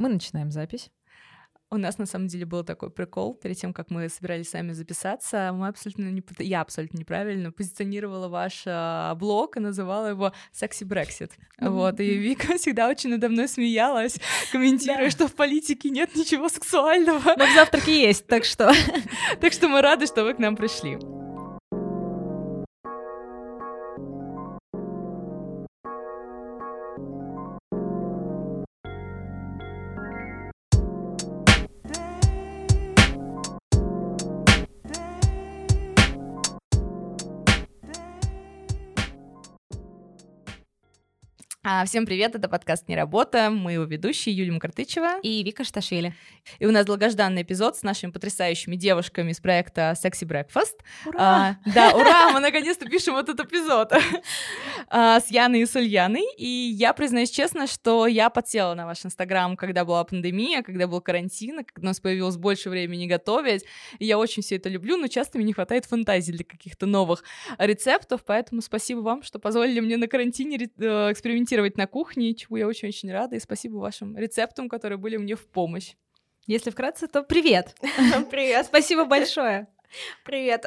Мы начинаем запись. У нас, на самом деле, был такой прикол. Перед тем, как мы собирались сами записаться, я абсолютно неправильно позиционировала ваш блог и называла его «Секси Брексит». Вот, и Вика всегда очень надо мной смеялась, комментируя, что в политике нет ничего сексуального. Но в завтраке есть, так что... Так что мы рады, что вы к нам пришли. Всем привет, это подкаст «Не работа», мы его ведущие Юлия Мкартычева и Вика Шташвили. И у нас долгожданный эпизод с нашими потрясающими девушками из проекта Sexy Breakfast. Ура! Да, ура, мы наконец-то пишем этот эпизод с Яной и с Ульяной. И я признаюсь честно, что я подсела на ваш Инстаграм, когда была пандемия, когда был карантин, когда у нас появилось больше времени готовить. И я очень все это люблю, но часто мне не хватает фантазии для каких-то новых рецептов, поэтому спасибо вам, что позволили мне на карантине экспериментировать на кухне, чему я очень-очень рада, и спасибо вашим рецептам, которые были мне в помощь. Если вкратце, то привет! Привет! Спасибо большое! Привет!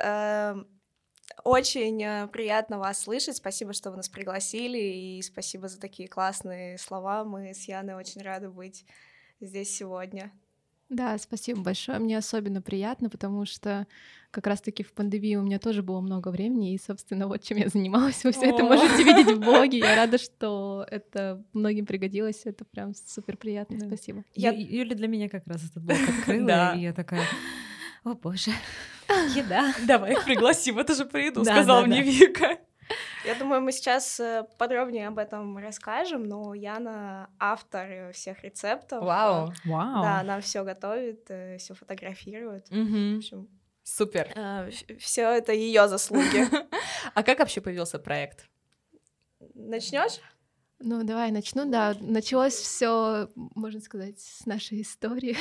Очень приятно вас слышать, спасибо, что вы нас пригласили, и спасибо за такие классные слова, мы с Яной очень рады быть здесь сегодня. Да, спасибо большое. Мне особенно приятно, потому что как раз-таки в пандемии у меня тоже было много времени, и, собственно, вот чем я занималась. Вы все это можете видеть в блоге. Я рада, что это многим пригодилось. Это прям супер приятно. Да. Спасибо. Юля для меня как раз этот блог открыла, и я такая: о боже, еда. Давай их пригласим, это же приеду, сказала мне Вика. Я думаю, мы сейчас подробнее об этом расскажем, но Яна автор всех рецептов. Вау. Да, она все готовит, все фотографирует. В общем, супер. Все это ее заслуги. А как вообще появился проект? Начнешь? Ну, давай начну. Да, началось все, можно сказать, с нашей истории.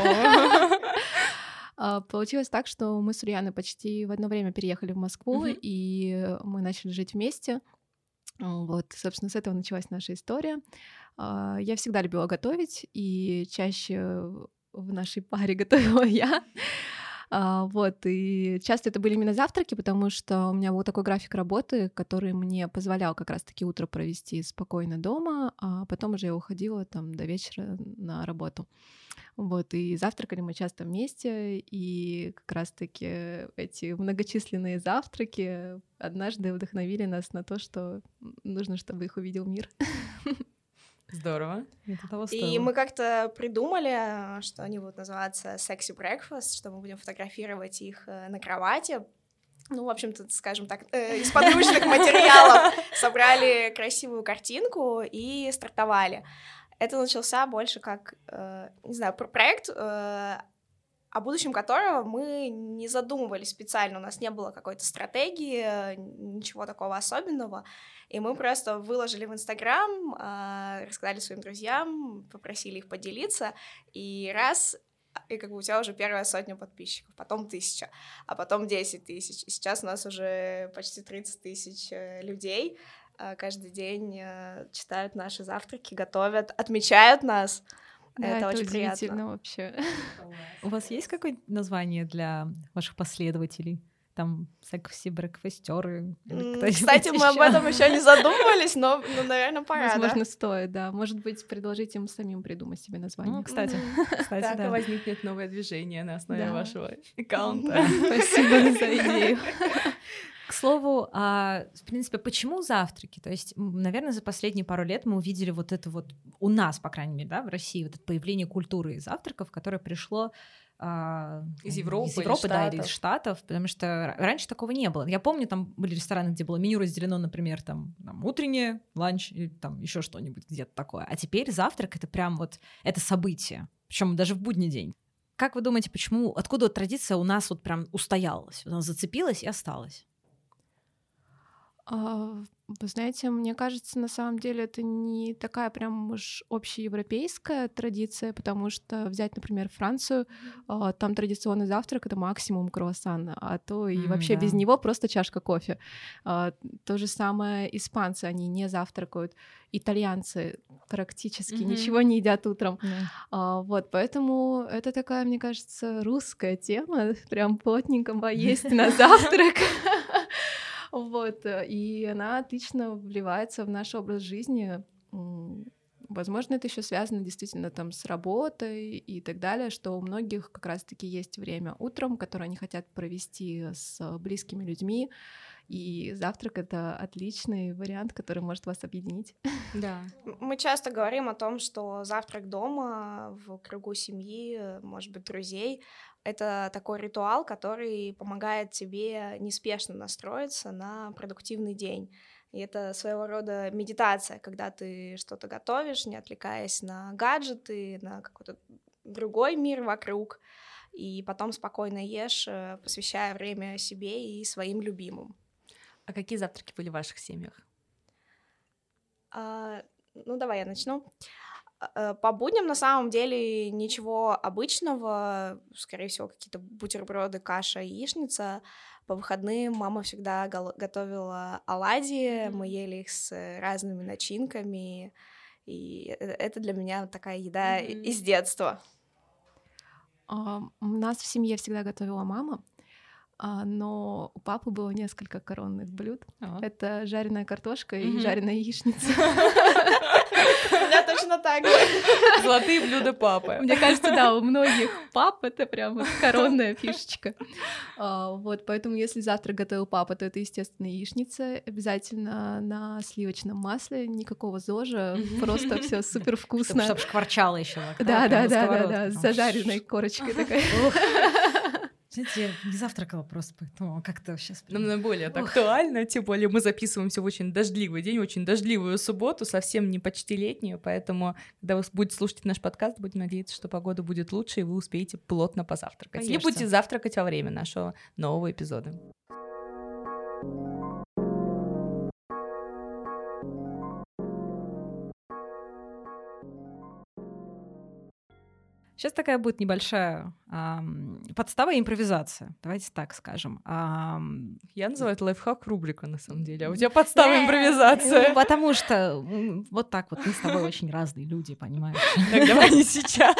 Получилось так, что мы с Ульяной почти в одно время переехали в Москву, и мы начали жить вместе. Вот, собственно, с этого началась наша история. Я всегда любила готовить, и чаще в нашей паре готовила я. Вот, и часто это были именно завтраки, потому что у меня был такой график работы, который мне позволял как раз-таки утро провести спокойно дома, а потом уже я уходила там до вечера на работу. Вот, и завтракали мы часто вместе, и как раз-таки эти многочисленные завтраки однажды вдохновили нас на то, что нужно, чтобы их увидел мир. Здорово. Это того стоило. И мы как-то придумали, что они будут называться Sexy Breakfast, что мы будем фотографировать их на кровати. Ну, в общем-то, скажем так, из подручных материалов собрали красивую картинку и стартовали. Это начался больше как, не знаю, проект, о будущем которого мы не задумывались специально. У нас не было какой-то стратегии, ничего такого особенного. И мы просто выложили в Инстаграм, рассказали своим друзьям, попросили их поделиться. И как бы у тебя уже первая 100 подписчиков, потом 1000, а потом 10 тысяч. И сейчас у нас уже почти 30 тысяч людей. Каждый день читают наши завтраки, готовят, отмечают нас. Да, это очень удивительно приятно. Вообще. У вас есть какое-то название для ваших последователей? Там секси-брекфастеры? Кстати, мы об этом еще не задумывались, но, наверное, пора. Возможно, стоит, да. Может быть, предложить им самим придумать себе название. Кстати, так да. возникнет новое движение на основе вашего аккаунта. Спасибо за идею. К слову, в принципе, почему завтраки? То есть, наверное, за последние пару лет мы увидели вот это вот, у нас, по крайней мере, да, в России, вот это появление культуры завтраков, которое пришло из Европы, да, или из Штатов, потому что раньше такого не было. Я помню, там были рестораны, где было меню разделено, например, там утреннее, ланч, или там еще что-нибудь где-то такое. А теперь завтрак — это прям вот, это событие, причем даже в будний день. Как вы думаете, откуда вот традиция у нас вот прям устоялась, она зацепилась и осталась? Вы знаете, мне кажется, на самом деле это не такая прям уж общеевропейская традиция, потому что взять, например, Францию, там традиционный завтрак — это максимум круассан, а то и вообще да. без него просто чашка кофе. То же самое испанцы, они не завтракают, итальянцы практически ничего не едят утром. Вот, поэтому это такая, мне кажется, русская тема, прям плотненько поесть на завтрак. Вот, и она отлично вливается в наш образ жизни. Возможно, это еще связано действительно там с работой и так далее, что у многих как раз-таки есть время утром, которое они хотят провести с близкими людьми, и завтрак — это отличный вариант, который может вас объединить. Да. Мы часто говорим о том, что завтрак дома в кругу семьи, может быть, друзей — это такой ритуал, который помогает тебе неспешно настроиться на продуктивный день. И это своего рода медитация, когда ты что-то готовишь, не отвлекаясь на гаджеты, на какой-то другой мир вокруг, и потом спокойно ешь, посвящая время себе и своим любимым. А какие завтраки были в ваших семьях? Ну, давай я начну. По будням, на самом деле, ничего обычного, скорее всего, какие-то бутерброды, каша, яичница. По выходным мама всегда готовила оладьи, мы ели их с разными начинками, и это для меня такая еда из детства. У нас в семье всегда готовила мама, но у папы было несколько коронных блюд. Это жареная картошка и жареная яичница. У меня точно так же. Золотые блюда папы. Мне кажется, да, у многих пап это прям вот коронная фишечка. Вот, поэтому если завтрак готовил папа, то это, естественно, яичница, обязательно на сливочном масле, никакого ЗОЖа, просто все супер вкусно. Чтобы шкварчало еще. Да, с зажаренной корочкой такая. Знаете, я не завтракала просто, поэтому как-то сейчас... Намного более актуально, тем более мы записываемся в очень дождливый день, очень дождливую субботу, совсем не почти летнюю, поэтому, когда вы будете слушать наш подкаст, будем надеяться, что погода будет лучше, и вы успеете плотно позавтракать. Или будете завтракать во время нашего нового эпизода. Сейчас такая будет небольшая подстава и импровизация, давайте так скажем. Я называю это лайфхак-рубрика, на самом деле, а у тебя подстава импровизация. Потому что вот так вот мы с тобой очень разные люди, понимаешь? Так, давай не сейчас.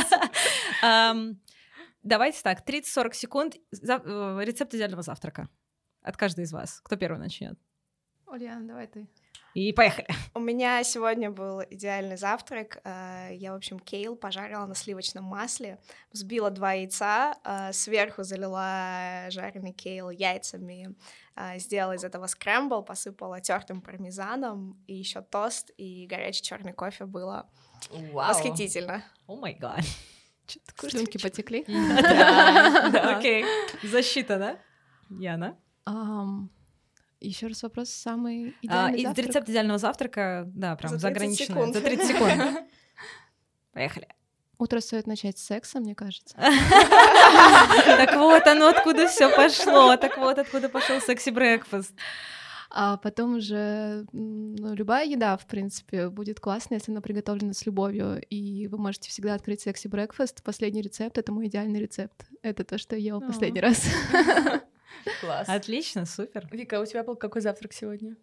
Давайте так, 30-40 секунд, рецепт идеального завтрака от каждой из вас. Кто первый начнет? Ульяна, давай ты. И поехали. У меня сегодня был идеальный завтрак. Я, в общем, кейл пожарила на сливочном масле, взбила 2 яйца, сверху залила жареный кейл яйцами, сделала из этого скрэмбл, посыпала тертым пармезаном, и еще тост и горячий черный кофе. Было восхитительно. О май гад. Слюнки потекли? Да. Окей. Защита, да? Яна? Еще раз вопрос, самый идеальный завтрак? Рецепт идеального завтрака, да, прям за 30 заграничный. секунд. За 30 секунд. Поехали. Утро стоит начать с секса, мне кажется. Так вот оно откуда все пошло, так вот откуда пошел секси-брекфаст. А потом уже любая еда, в принципе, будет классная, если она приготовлена с любовью, и вы можете всегда открыть секси-брекфаст. Последний рецепт — это мой идеальный рецепт. Это то, что я ела последний раз. Класс. Отлично, супер. Вика, а у тебя был какой завтрак сегодня?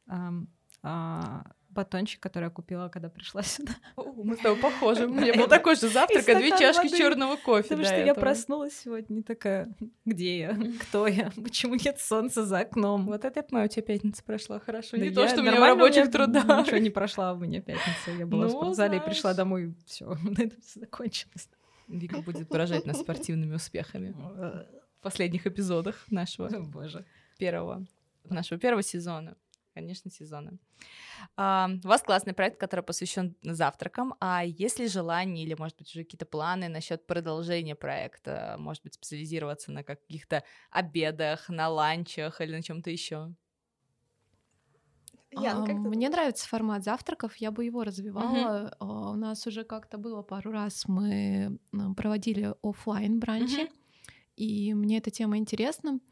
Батончик, который я купила, когда пришла сюда. Мы с тобой похожи. У меня был такой же завтрак, а 2 чашки черного кофе. Потому что я проснулась сегодня и такая, где я, кто я, почему нет солнца за окном. Вот это моя у тебя пятница прошла хорошо. Не Да то, что у меня в нормально, рабочих у меня трудах. Ничего не прошла у меня пятница. Я была в спортзале и пришла домой, все, на этом все закончилось. Вика будет поражать нас спортивными успехами в последних эпизодах нашего первого сезона. Конечно, сезона. У вас классный проект, который посвящен завтракам. А есть ли желание или, может быть, уже какие-то планы насчет продолжения проекта? Может быть, специализироваться на каких-то обедах, на ланчах или на чем-то еще? Мне нравится формат завтраков, я бы его развивала. У нас уже как-то было пару раз, мы проводили офлайн бранчи, и мне эта тема интересна.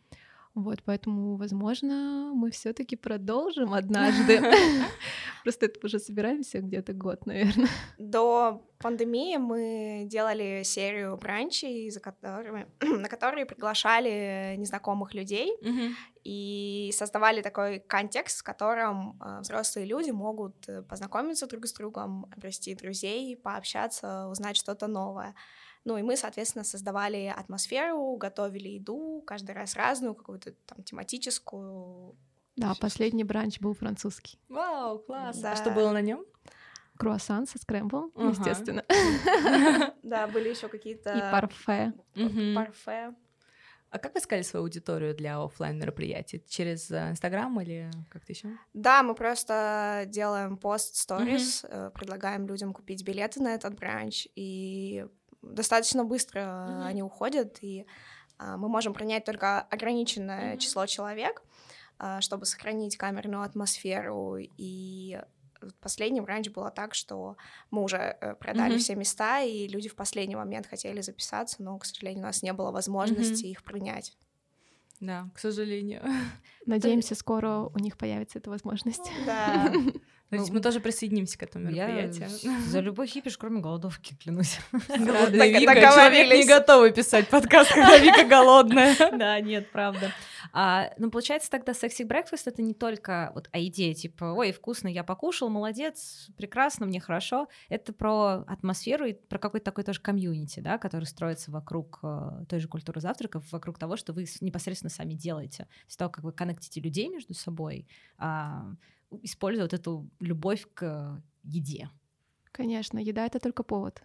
Вот, поэтому, возможно, мы все-таки продолжим однажды. Просто это уже собираемся где-то год, наверное. До пандемии мы делали серию бранчей, на которые приглашали незнакомых людей и создавали такой контекст, в котором взрослые люди могут познакомиться друг с другом, обрести друзей, пообщаться, узнать что-то новое. Ну и мы, соответственно, создавали атмосферу, готовили еду, каждый раз разную, какую-то там тематическую. Да, последний бранч был французский. Вау, класс! Да. А что было на нем? Круассан со скрэмблом, естественно. Да, были еще какие-то... И парфе. Парфе. А как вы искали свою аудиторию для офлайн мероприятий? Через Инстаграм или как-то еще? Да, мы просто делаем пост-сторис, предлагаем людям купить билеты на этот бранч, и достаточно быстро они уходят, и мы можем принять только ограниченное число человек, чтобы сохранить камерную атмосферу. И в последний бранч было так, что мы уже продали все места, и люди в последний момент хотели записаться, но, к сожалению, у нас не было возможности их принять. Да, к сожалению. Надеемся, скоро у них появится эта возможность. Да. Надеюсь, мы тоже присоединимся к этому мероприятию. Я за любой кипиш, кроме голодовки, клянусь. Вика, человек не готовый писать подкаст, когда Вика голодная. Да, нет, правда. Ну, получается, тогда Sexy Breakfast — это не только вот о еде, типа, ой, вкусно, я покушал, молодец, прекрасно, мне хорошо. Это про атмосферу и про какой-то такой тоже комьюнити, да, который строится вокруг той же культуры завтраков, вокруг того, что вы непосредственно сами делаете. С того, как вы коннектите людей между собой, используя вот эту любовь к еде. Конечно, еда — это только повод.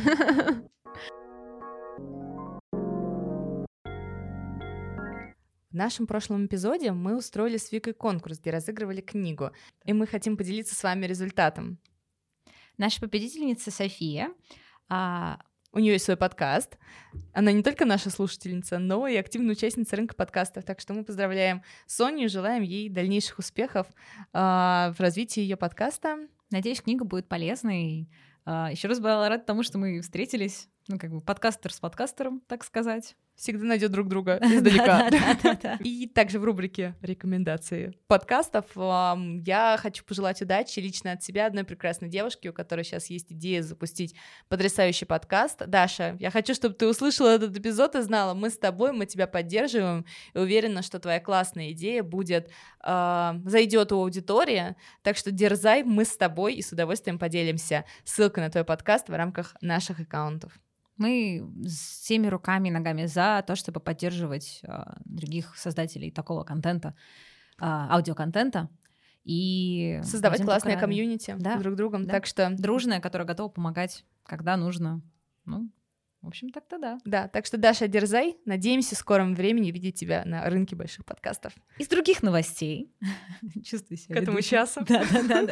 В нашем прошлом эпизоде мы устроили с Викой конкурс, где разыгрывали книгу, и мы хотим поделиться с вами результатом. Наша победительница София. У нее есть свой подкаст. Она не только наша слушательница, но и активная участница рынка подкастов. Так что мы поздравляем Соню и желаем ей дальнейших успехов в развитии ее подкаста. Надеюсь, книга будет полезной. Еще раз была рада тому, что мы встретились. Ну, как бы подкастер с подкастером, так сказать. Всегда найдет друг друга издалека. И также в рубрике рекомендации подкастов я хочу пожелать удачи лично от себя одной прекрасной девушке, у которой сейчас есть идея запустить потрясающий подкаст. Даша, я хочу, чтобы ты услышала этот эпизод и знала, мы с тобой, мы тебя поддерживаем, и уверена, что твоя классная идея будет зайдет у аудитории, так что дерзай, мы с тобой и с удовольствием поделимся ссылкой на твой подкаст в рамках наших аккаунтов. Мы всеми руками и ногами за то, чтобы поддерживать других создателей такого контента, аудиоконтента, и создавать классное комьюнити друг другом, так что дружное, которое готово помогать, когда нужно. Ну, в общем, так-то да. Да, так что, Даша, дерзай. Надеемся в скором времени видеть тебя на рынке больших подкастов. Из других новостей. Чувствую себя к этому часу. Да.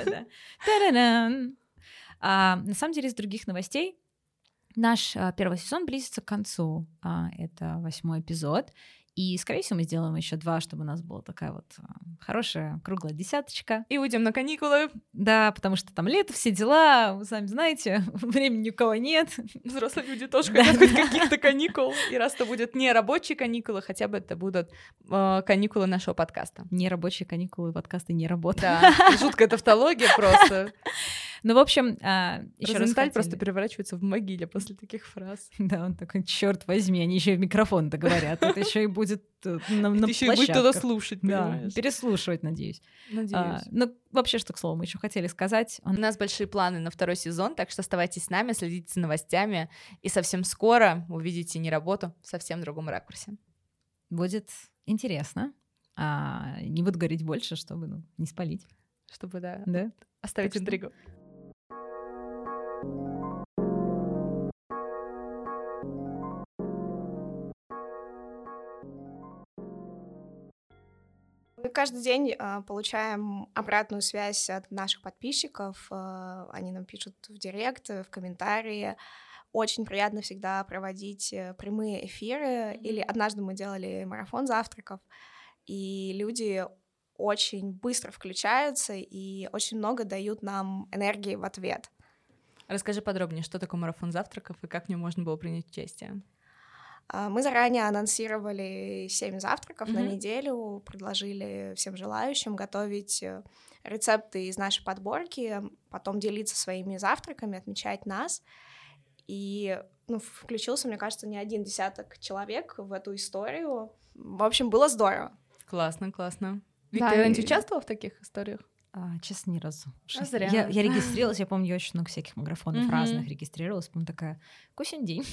На самом деле, из других новостей наш первый сезон близится к концу. Это 8-й эпизод. И, скорее всего, мы сделаем еще 2, чтобы у нас была такая вот хорошая круглая десяточка. И уйдем на каникулы. Да, потому что там лето, все дела, вы сами знаете, времени ни у кого нет. Взрослые люди тоже хотят хоть каких-то каникул. И раз это будут не рабочие каникулы, хотя бы это будут каникулы нашего подкаста. Не рабочие каникулы, подкасты не работают. Да, жуткая тавтология просто. Ну, в общем, еще раз Розенталь просто переворачивается в могиле после таких фраз. Да, он такой, черт возьми, они еще и в микрофон-то говорят. Это еще и будет на площадках. Еще и будет кто-то слушать, понимаешь? Да, переслушивать, надеюсь. Ну, вообще, что, к слову, мы еще хотели сказать. У нас большие планы на 2-й сезон, так что оставайтесь с нами, следите за новостями, и совсем скоро увидите не работу в совсем другом ракурсе. Будет интересно. Не буду говорить больше, чтобы не спалить. Чтобы, да. Оставить интригу. Мы каждый день получаем обратную связь от наших подписчиков. Они нам пишут в директ, в комментарии. Очень приятно всегда проводить прямые эфиры. Или однажды мы делали марафон завтраков, и люди очень быстро включаются и очень много дают нам энергии в ответ. Расскажи подробнее, что такое марафон завтраков и как в нем можно было принять участие. Мы заранее анонсировали 7 завтраков на неделю, предложили всем желающим готовить рецепты из нашей подборки, потом делиться своими завтраками, отмечать нас. И включился, мне кажется, не один десяток человек в эту историю. В общем, было здорово. Классно. Вик, ты когда-нибудь участвовала в таких историях? Честно, ни разу. Зря. Я регистрировалась, я помню, я очень много всяких маграфонов разных регистрировалась, помню, такая, кусень день.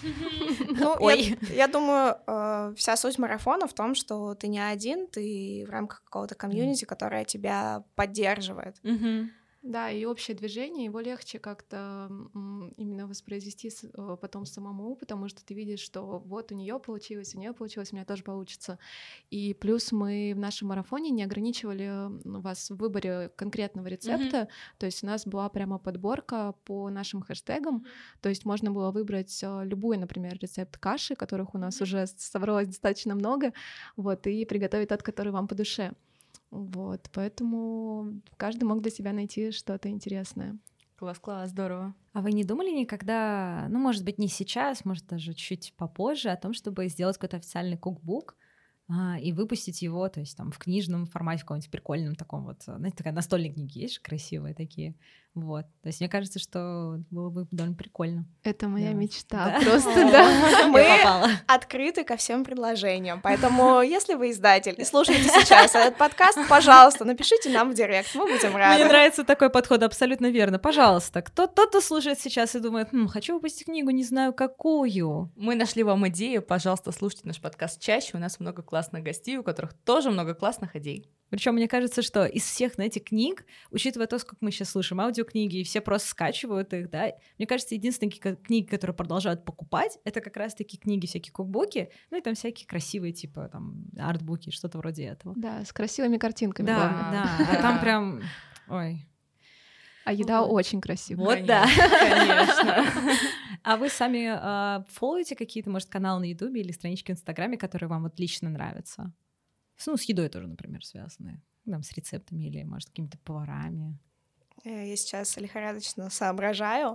Я думаю, вся суть марафона в том, что ты не один, ты в рамках какого-то комьюнити, которое тебя поддерживает. Да, и общее движение, его легче как-то именно воспроизвести потом самому, потому что ты видишь, что вот у нее получилось, у меня тоже получится. И плюс мы в нашем марафоне не ограничивали вас в выборе конкретного рецепта, то есть у нас была прямо подборка по нашим хэштегам, то есть можно было выбрать любой, например, рецепт каши, которых у нас уже собралось достаточно много, вот, и приготовить тот, который вам по душе. Вот, поэтому каждый мог для себя найти что-то интересное. Класс, здорово. А вы не думали никогда, может быть, не сейчас, может, даже чуть попозже, о том, чтобы сделать какой-то официальный кукбук и выпустить его, то есть там в книжном формате, в каком-нибудь прикольном таком вот, знаете, такая настольные книги есть же красивые такие, вот. То есть мне кажется, что было бы довольно прикольно. Это моя мечта, да? просто, да. Мы открыты ко всем предложениям, поэтому если вы издатель и слушаете сейчас этот подкаст, пожалуйста, напишите нам в директ, мы будем рады. Мне нравится такой подход, абсолютно верно. Пожалуйста, кто-то слушает сейчас и думает, хочу выпустить книгу, не знаю какую. Мы нашли вам идею, пожалуйста, слушайте наш подкаст чаще, у нас много классных гостей, у которых тоже много классных идей. Причем мне кажется, что из всех, знаете, книг, учитывая то, сколько мы сейчас слушаем аудиокниги, и все просто скачивают их, да, мне кажется, единственные книги, которые продолжают покупать, это как раз-таки книги, всякие кукбуки, и там всякие красивые, типа, там, артбуки, что-то вроде этого. Да, с красивыми картинками. Да, а там прям, ой. А еда очень красивая. Вот, да. Конечно. А вы сами фолловите какие-то, может, каналы на Ютубе или странички в Инстаграме, которые вам вот лично нравятся? С едой тоже, например, связанные. Там, с рецептами или, может, какими-то поварами. Я сейчас лихорадочно соображаю.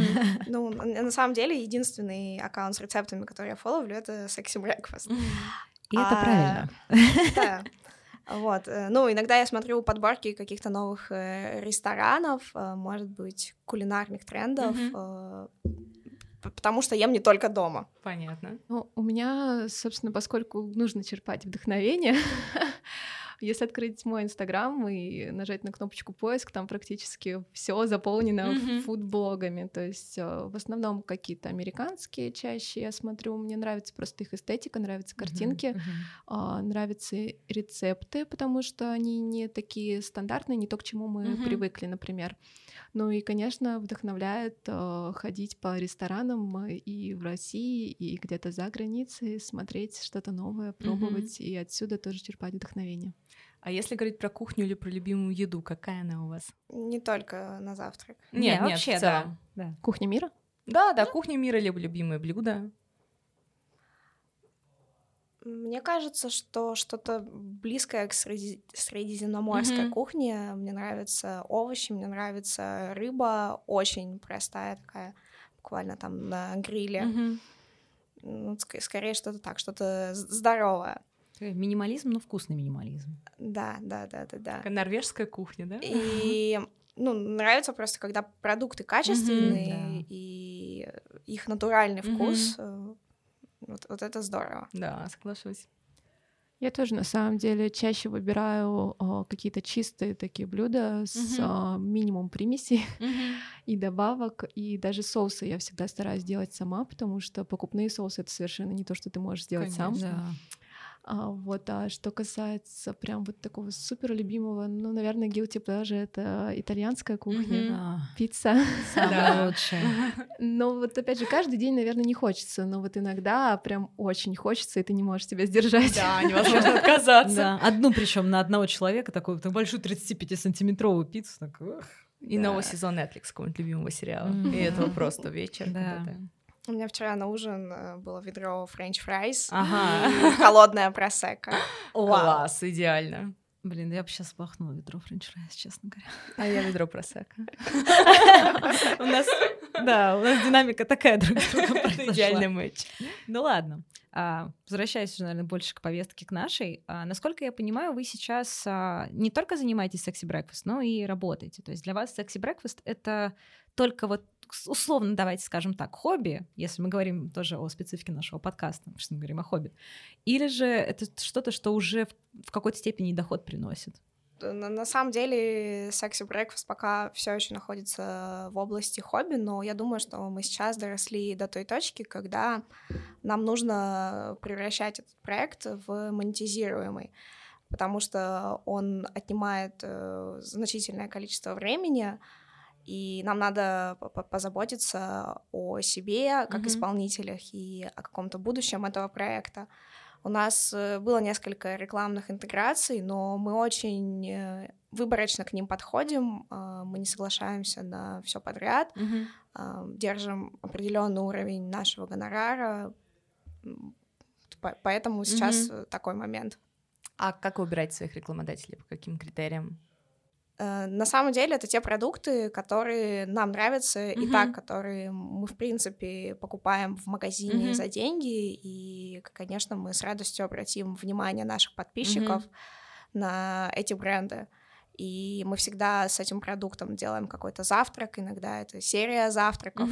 На самом деле, единственный аккаунт с рецептами, который я фолловлю, это Sexy Breakfast. И это правильно. Да. Вот. Иногда я смотрю подборки каких-то новых ресторанов, может быть, кулинарных трендов, потому что ем не только дома. Понятно. У меня, собственно, поскольку нужно черпать вдохновение, если открыть мой Инстаграм и нажать на кнопочку поиск, там практически все заполнено фудблогами. То есть в основном какие-то американские чаще я смотрю. Мне нравится просто их эстетика, нравятся картинки, нравятся рецепты, потому что они не такие стандартные, не то, к чему мы привыкли, например. И, конечно, вдохновляет ходить по ресторанам и в России, и где-то за границей, смотреть что-то новое, пробовать, и отсюда тоже черпать вдохновение. А если говорить про кухню или про любимую еду, какая она у вас? Не только на завтрак. Нет, вообще, да. Кухня мира? Да, кухня мира, либо любимые блюда. Мне кажется, что что-то близкое к средиземноморской кухне. Мне нравятся овощи, мне нравится рыба, очень простая такая, буквально там на гриле. Скорее что-то так, что-то здоровое. Минимализм, но вкусный минимализм. Да. Такая норвежская кухня, да? И нравится просто, когда продукты качественные, и их натуральный вкус. Вот это здорово. Да, соглашусь. Я тоже, на самом деле, чаще выбираю какие-то чистые такие блюда с минимум примесей и добавок, и даже соусы я всегда стараюсь делать сама, потому что покупные соусы — это совершенно не то, что ты можешь сделать сам. Да. А что касается прям вот такого супер любимого, наверное, guilty pleasure — это итальянская кухня, пицца. Самое лучшее. Но вот опять же, каждый день, наверное, не хочется, но вот иногда прям очень хочется, и ты не можешь себя сдержать. Да, невозможно отказаться. Да, одну причем на одного человека, такую большую 35-сантиметровую пиццу. И новый сезон Netflix какого-нибудь любимого сериала. И этого просто вечер. У меня вчера на ужин было ведро френч-фрайс Ага. и холодная просекко. Класс, идеально. Блин, я бы сейчас бахнула ведро френч-фрайс, честно говоря. А я ведро просека. У нас динамика такая друг с другом произошла. Идеальный матч. Ну ладно. Возвращаясь уже, наверное, больше к повестке к нашей. Насколько я понимаю, вы сейчас не только занимаетесь Sexy Breakfast, но и работаете. То есть для вас Sexy Breakfast — это только вот условно, давайте скажем так, хобби, если мы говорим тоже о специфике нашего подкаста, потому что мы говорим о хобби, или же это что-то, что уже в какой-то степени доход приносит? На самом деле Sexy Breakfast пока все еще находится в области хобби, но я думаю, что мы сейчас доросли до той точки, когда нам нужно превращать этот проект в монетизируемый, потому что он отнимает значительное количество времени, и нам надо позаботиться о себе как исполнителях и о каком-то будущем этого проекта. У нас было несколько рекламных интеграций, но мы очень выборочно к ним подходим, мы не соглашаемся на все подряд, держим определенный уровень нашего гонорара, поэтому сейчас такой момент. А как вы выбираете своих рекламодателей, по каким критериям? На самом деле это те продукты, которые нам нравятся и так, которые мы, в принципе, покупаем в магазине за деньги, и, конечно, мы с радостью обратим внимание наших подписчиков на эти бренды. И мы всегда с этим продуктом делаем какой-то завтрак, иногда это серия завтраков.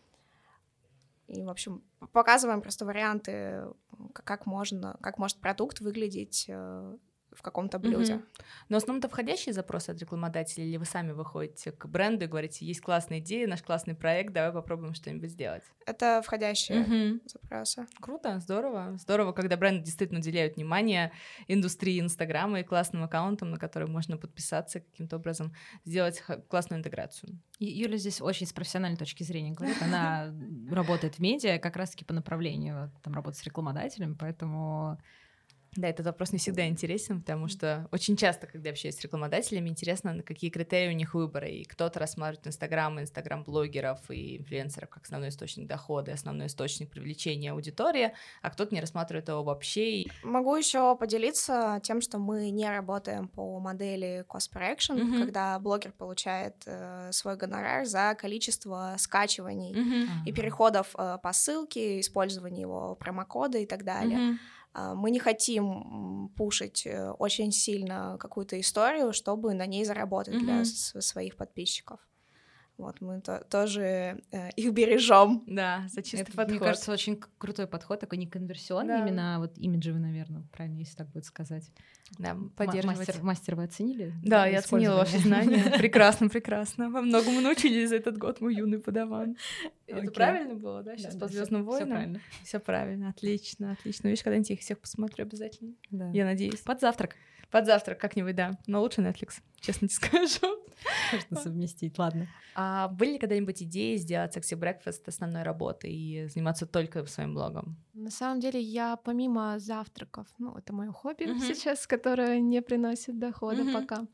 И, в общем, показываем просто варианты, как может продукт выглядеть в каком-то блюде. Но в основном-то входящие запросы от рекламодателей, или вы сами выходите к бренду и говорите, есть классная идея, наш классный проект, давай попробуем что-нибудь сделать? Это входящие запросы. Круто, здорово. Здорово, когда бренды действительно уделяют внимание индустрии Инстаграма и классным аккаунтам, на которые можно подписаться, каким-то образом сделать классную интеграцию. Юля здесь очень с профессиональной точки зрения говорит. Она работает в медиа как раз-таки по направлению, там, работать с рекламодателем, поэтому... Да, этот вопрос не всегда интересен, потому что очень часто, когда общаюсь с рекламодателями, интересно, на какие критерии у них выбора. И кто-то рассматривает инстаграм-блогеров и инфлюенсеров как основной источник дохода, основной источник привлечения аудитории, а кто-то не рассматривает его вообще. Могу еще поделиться тем, что мы не работаем по модели cost per action, когда блогер получает свой гонорар за количество скачиваний и переходов по ссылке, использование его промокода и так далее. Мы не хотим пушить очень сильно какую-то историю, чтобы на ней заработать для своих подписчиков. Вот, мы тоже их бережем. Да, за чистый подход. Мне кажется, очень крутой подход, такой не конверсионный, именно вот имиджевый, наверное, правильно, если так будет сказать. Да, поддерживать. Мастер, вы оценили? Да, я оценила ваши знания. Прекрасно, прекрасно. Во многому научились за этот год, мой юный подаван. Это правильно было, да? Сейчас по «Звездным войнам». Все правильно, отлично. Видишь, когда-нибудь я их всех посмотрю обязательно. Я надеюсь. Под завтрак как-нибудь, да. Но лучше Netflix, честно тебе скажу. Можно совместить, ладно. А были ли когда-нибудь идеи сделать Sexy Breakfast основной работой и заниматься только своим блогом? На самом деле я помимо завтраков, это мое хобби сейчас, которое не приносит дохода пока.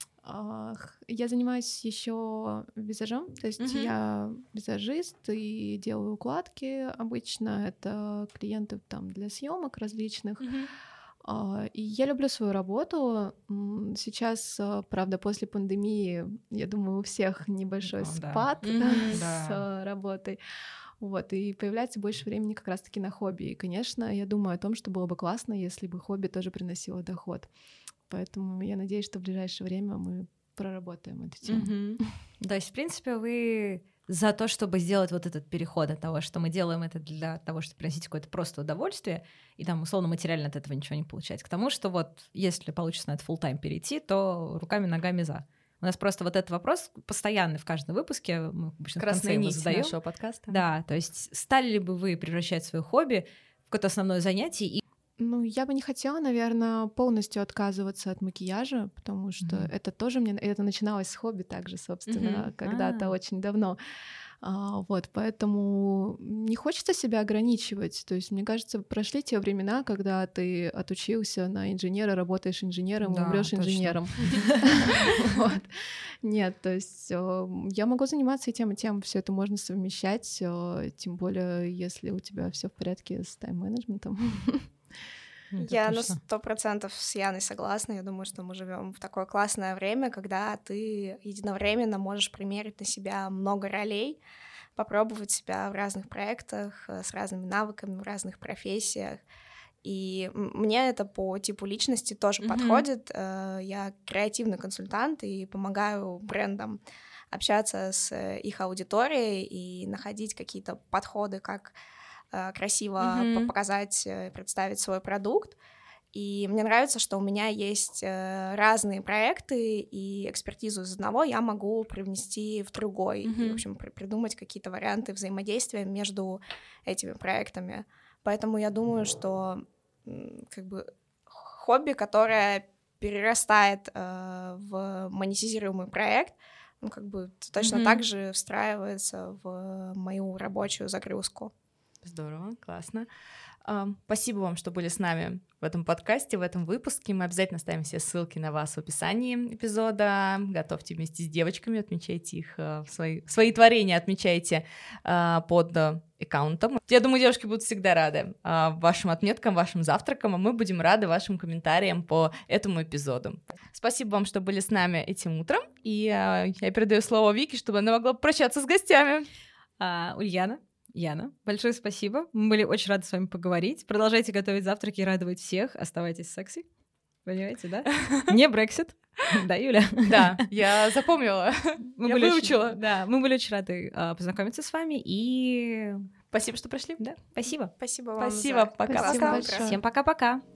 Я занимаюсь еще визажом, то есть я визажист и делаю укладки. Обычно это клиенты там для съемок различных. И я люблю свою работу. Сейчас, правда, после пандемии, я думаю, у всех небольшой спад с работой. Вот, и появляется больше времени как раз-таки на хобби. И, конечно, я думаю о том, что было бы классно, если бы хобби тоже приносило доход. Поэтому я надеюсь, что в ближайшее время мы проработаем эту тему. То есть, в принципе, вы за то, чтобы сделать вот этот переход от того, что мы делаем это для того, чтобы приносить какое-то просто удовольствие, и там, условно, материально от этого ничего не получать, к тому, что вот если получится на это full-time перейти, то руками, ногами за. У нас просто вот этот вопрос постоянный в каждом выпуске, мы обычно в конце его задаем. Нашего подкаста. Да, то есть стали ли бы вы превращать свое хобби в какое-то основное занятие? Я бы не хотела, наверное, полностью отказываться от макияжа, потому что это тоже это начиналось с хобби также, собственно, когда-то очень давно. Вот, поэтому не хочется себя ограничивать. То есть, мне кажется, прошли те времена, когда ты отучился на инженера, работаешь инженером и умрёшь инженером. Нет, то есть я могу заниматься и тем, все это можно совмещать, тем более, если у тебя все в порядке с тайм-менеджментом. Это Я на точно. 100% с Яной согласна. Я думаю, что мы живем в такое классное время, когда ты единовременно можешь примерить на себя много ролей, попробовать себя в разных проектах, с разными навыками, в разных профессиях. И мне это по типу личности тоже подходит. Я креативный консультант и помогаю брендам общаться с их аудиторией и находить какие-то подходы, как красиво показать, представить свой продукт. И мне нравится, что у меня есть разные проекты, и экспертизу из одного я могу привнести в другой, и, в общем, придумать какие-то варианты взаимодействия между этими проектами. Поэтому я думаю, что как бы хобби, которое перерастает в монетизируемый проект, ну, как бы точно так же встраивается в мою рабочую загрузку. Здорово, классно. Спасибо вам, что были с нами в этом подкасте, в этом выпуске. Мы обязательно ставим все ссылки на вас в описании эпизода. Готовьте вместе с девочками, отмечайте их, свои творения отмечайте под аккаунтом. Я думаю, девушки будут всегда рады вашим отметкам, вашим завтракам, а мы будем рады вашим комментариям по этому эпизоду. Спасибо вам, что были с нами этим утром, и я передаю слово Вике, чтобы она могла прощаться с гостями. Ульяна, Яна, большое спасибо. Мы были очень рады с вами поговорить. Продолжайте готовить завтраки и радовать всех. Оставайтесь секси. Понимаете, да? Не Брексит. Да, Юля? Да, я запомнила. Я выучила. Да, мы были очень рады познакомиться с вами. И спасибо, что пришли. да, спасибо. Спасибо вам. Спасибо, пока-пока. Классное утро. Всем пока-пока.